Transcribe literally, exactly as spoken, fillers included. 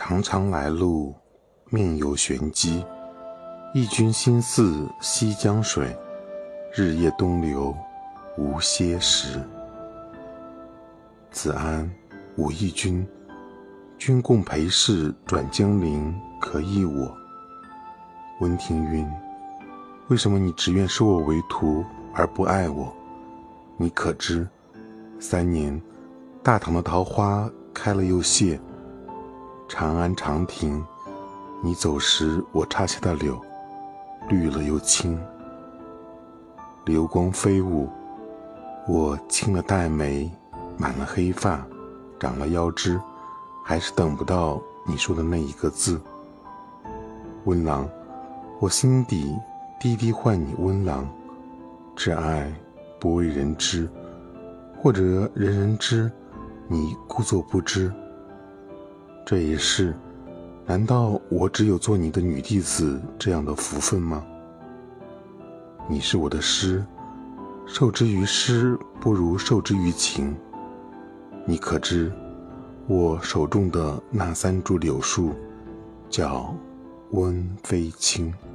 长长来路，命有玄机。忆君心似西江水，日夜东流无歇时。子安，吾忆君。君共陪侍转江陵，可忆我。温庭筠，为什么你只愿收我为徒，而不爱我？你可知，三年，大唐的桃花开了又谢。长安长亭，你走时我插下的柳，绿了又青。流光飞舞，我青了黛眉，满了黑发，长了腰肢，还是等不到你说的那一个字。温郎，我心底低低唤你温郎，挚爱不为人知，或者人人知，你故作不知。这一世，难道我只有做你的女弟子这样的福分吗？你是我的诗，受之于诗不如受之于情。你可知，我手中的那三株柳树，叫温飞卿。